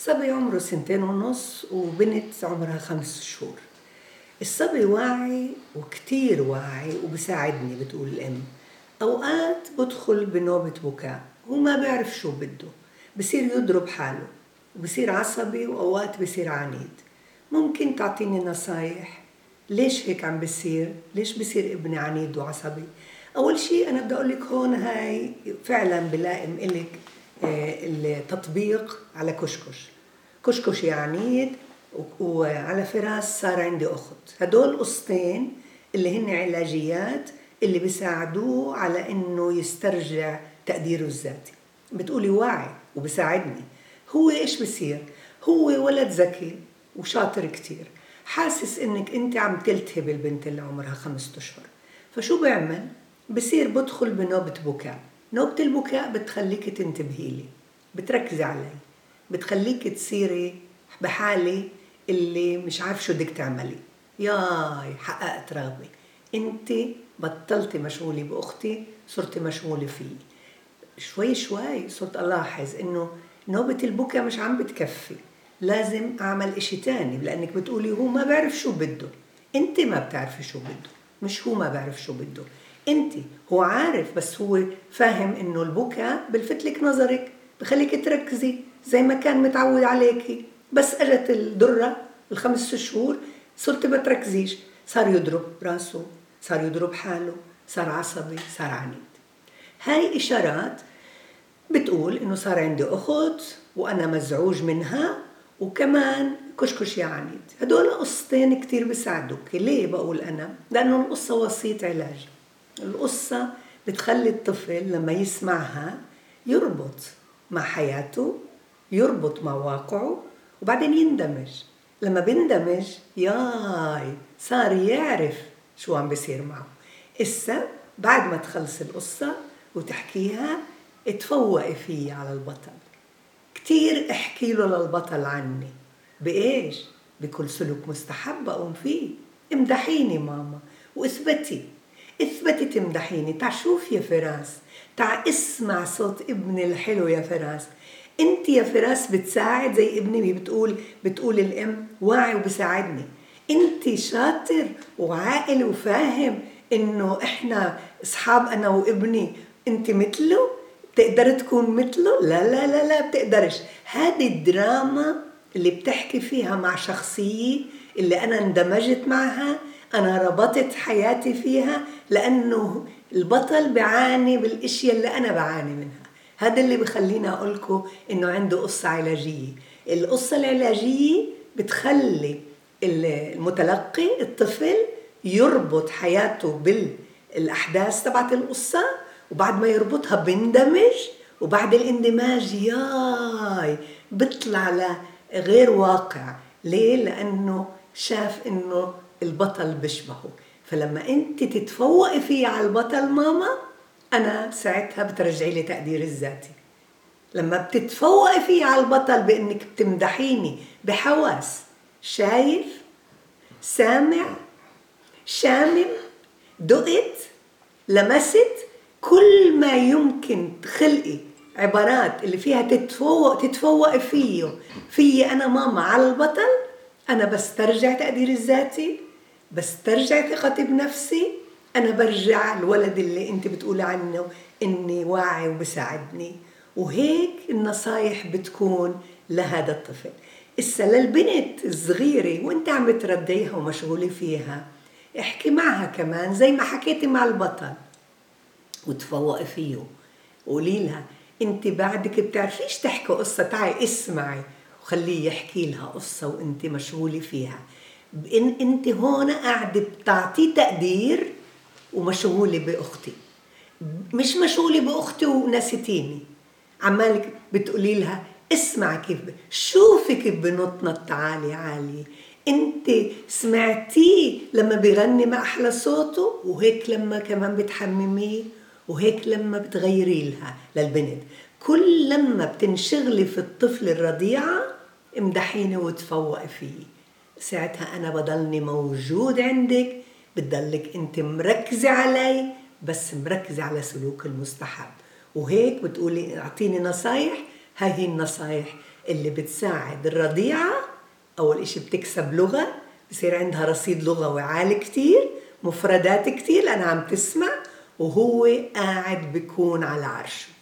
صبي عمره 2.5 وبنت عمرها 5 شهور. الصبي واعي وكتير واعي وبساعدني، بتقول الأم. أوقات بدخل بنوبة بكاء وما بيعرف شو بده، بصير يضرب حاله وبصير عصبي وأوقات بصير عنيد. ممكن تعطيني نصايح ليش هيك عم بصير؟ ليش بصير ابني عنيد وعصبي؟ أول شيء أنا بدي أقول لك هون هاي فعلا بلائم إلك التطبيق على كشكش عنيد، وعلى فراس صار عندي أخت. هدول قصتين اللي هن علاجيات اللي بيساعدوه على إنه يسترجع تقديره الذاتي. بتقولي واعي وبساعدني. هو إيش بصير؟ هو ولد ذكي وشاطر كتير، حاسس إنك أنت عم تلتهي البنت اللي عمرها 5 أشهر. فشو بيعمل؟ بصير بدخل بنوبة بكاء. نوبة البكاء بتخليك تنتبهي لي، بتركزي علي، بتخليك تصيري بحالي اللي مش عارف شو بدك تعملي. ياي حققت راغبي، انت بطلتي مشغولة بأختي، صرتي مشغولة فيه. شوي شوي صرت ألاحظ إنه نوبة البكاء مش عم بتكفي، لازم أعمل إشي تاني، لأنك بتقولي هو ما بعرف شو بده. انت ما بتعرفي شو بده، مش هو ما بعرف شو بده. انت هو عارف، بس هو فاهم إنه البكاء بلفتلك نظرك، بخليك تركزي زي ما كان متعود عليكي. بس اجت الدرة ال5 شهور صرت بتركزيش، صار يضرب راسه، صار يضرب حاله، صار عصبي، صار عنيد. هاي إشارات بتقول إنه صار عندي أخت وأنا مزعوج منها، وكمان كشكش يا عنيد. هدول قصتين كتير بيساعدوك. ليه بقول أنا؟ لأنه القصة وسيط علاج. القصة بتخلي الطفل لما يسمعها يربط مع حياته، يربط مع واقعه، وبعدين يندمج. لما بيندمج ياي صار يعرف شو عم بيصير معه. إسا بعد ما تخلص القصة وتحكيها اتفوقي فيه على البطل. كتير احكي له للبطل عني. بإيش؟ بكل سلوك مستحب أقوم فيه. امدحيني ماما واثبتي تمدحيني. تع شوف يا فراس، تع اسمع صوت ابني الحلو يا فراس. انت يا فراس بتساعد زي ابني، بتقول الام واعي وبساعدني. انت شاطر وعاقل وفاهم انه احنا اصحاب انا وابني، انت مثله، بتقدر تكون مثله. لا لا لا لا بتقدرش. هذه الدراما اللي بتحكي فيها مع شخصية اللي انا اندمجت معها، أنا ربطت حياتي فيها، لأنه البطل بعاني بالإشياء اللي أنا بعاني منها. هذا اللي بخلينا أقولكم إنه عنده قصة علاجية. القصة العلاجية بتخلي المتلقي الطفل يربط حياته بالأحداث تبعت القصة، وبعد ما يربطها بندمج، وبعد الاندماج ياي بطلع لغير واقع. ليه؟ لأنه شاف إنه البطل بشبهه. فلما انت تتفوقي فيه على البطل ماما، انا ساعتها بترجعي لي تقدير الذاتي. لما بتتفوقي فيه على البطل بانك بتمدحيني بحواس، شايف، سامع، شامم، دقت، لمست، كل ما يمكن تخلقي عبارات اللي فيها تتفوقي فيه انا ماما على البطل، انا بسترجع تقدير الذاتي، بسترجع ثقتي بنفسي. أنا برجع الولد اللي أنت بتقولي عنه إني واعي وبساعدني. وهيك النصايح بتكون لهذا الطفل. إسا للبنت الصغيرة وأنت عم بترديها ومشغولة فيها، احكي معها كمان زي ما حكيتي مع البطل، وتفوقي فيه. قولي لها أنت بعدك بتعرفيش تحكي قصة، تعي اسمعي وخليه يحكي لها قصة وأنت مشغولة فيها. بإن أنت هون قاعدة بتعطي تقدير ومشغولة بأختي، مش مشغولة بأختي ونسيتيني. عمالك بتقولي لها اسمع كيف شوفي كيف بنط نط عالي عالي. انت سمعتيه لما بيغني مع أحلى صوته، وهيك لما كمان بتحمميه، وهيك لما بتغيري لها للبنت. كل لما بتنشغلي في الطفل الرضيعة امدحيني وتفوقي فيه، ساعتها أنا بضلني موجود عندك، بتضلك أنت مركزة علي، بس مركزة على سلوك المستحب. وهيك بتقولي اعطيني نصايح. هاي هي النصايح اللي بتساعد الرضيعة. أول إشي بتكسب لغة، بصير عندها رصيد لغوي عالي كتير، مفردات كتير لأنها عم تسمع، وهو قاعد بيكون على عرشه.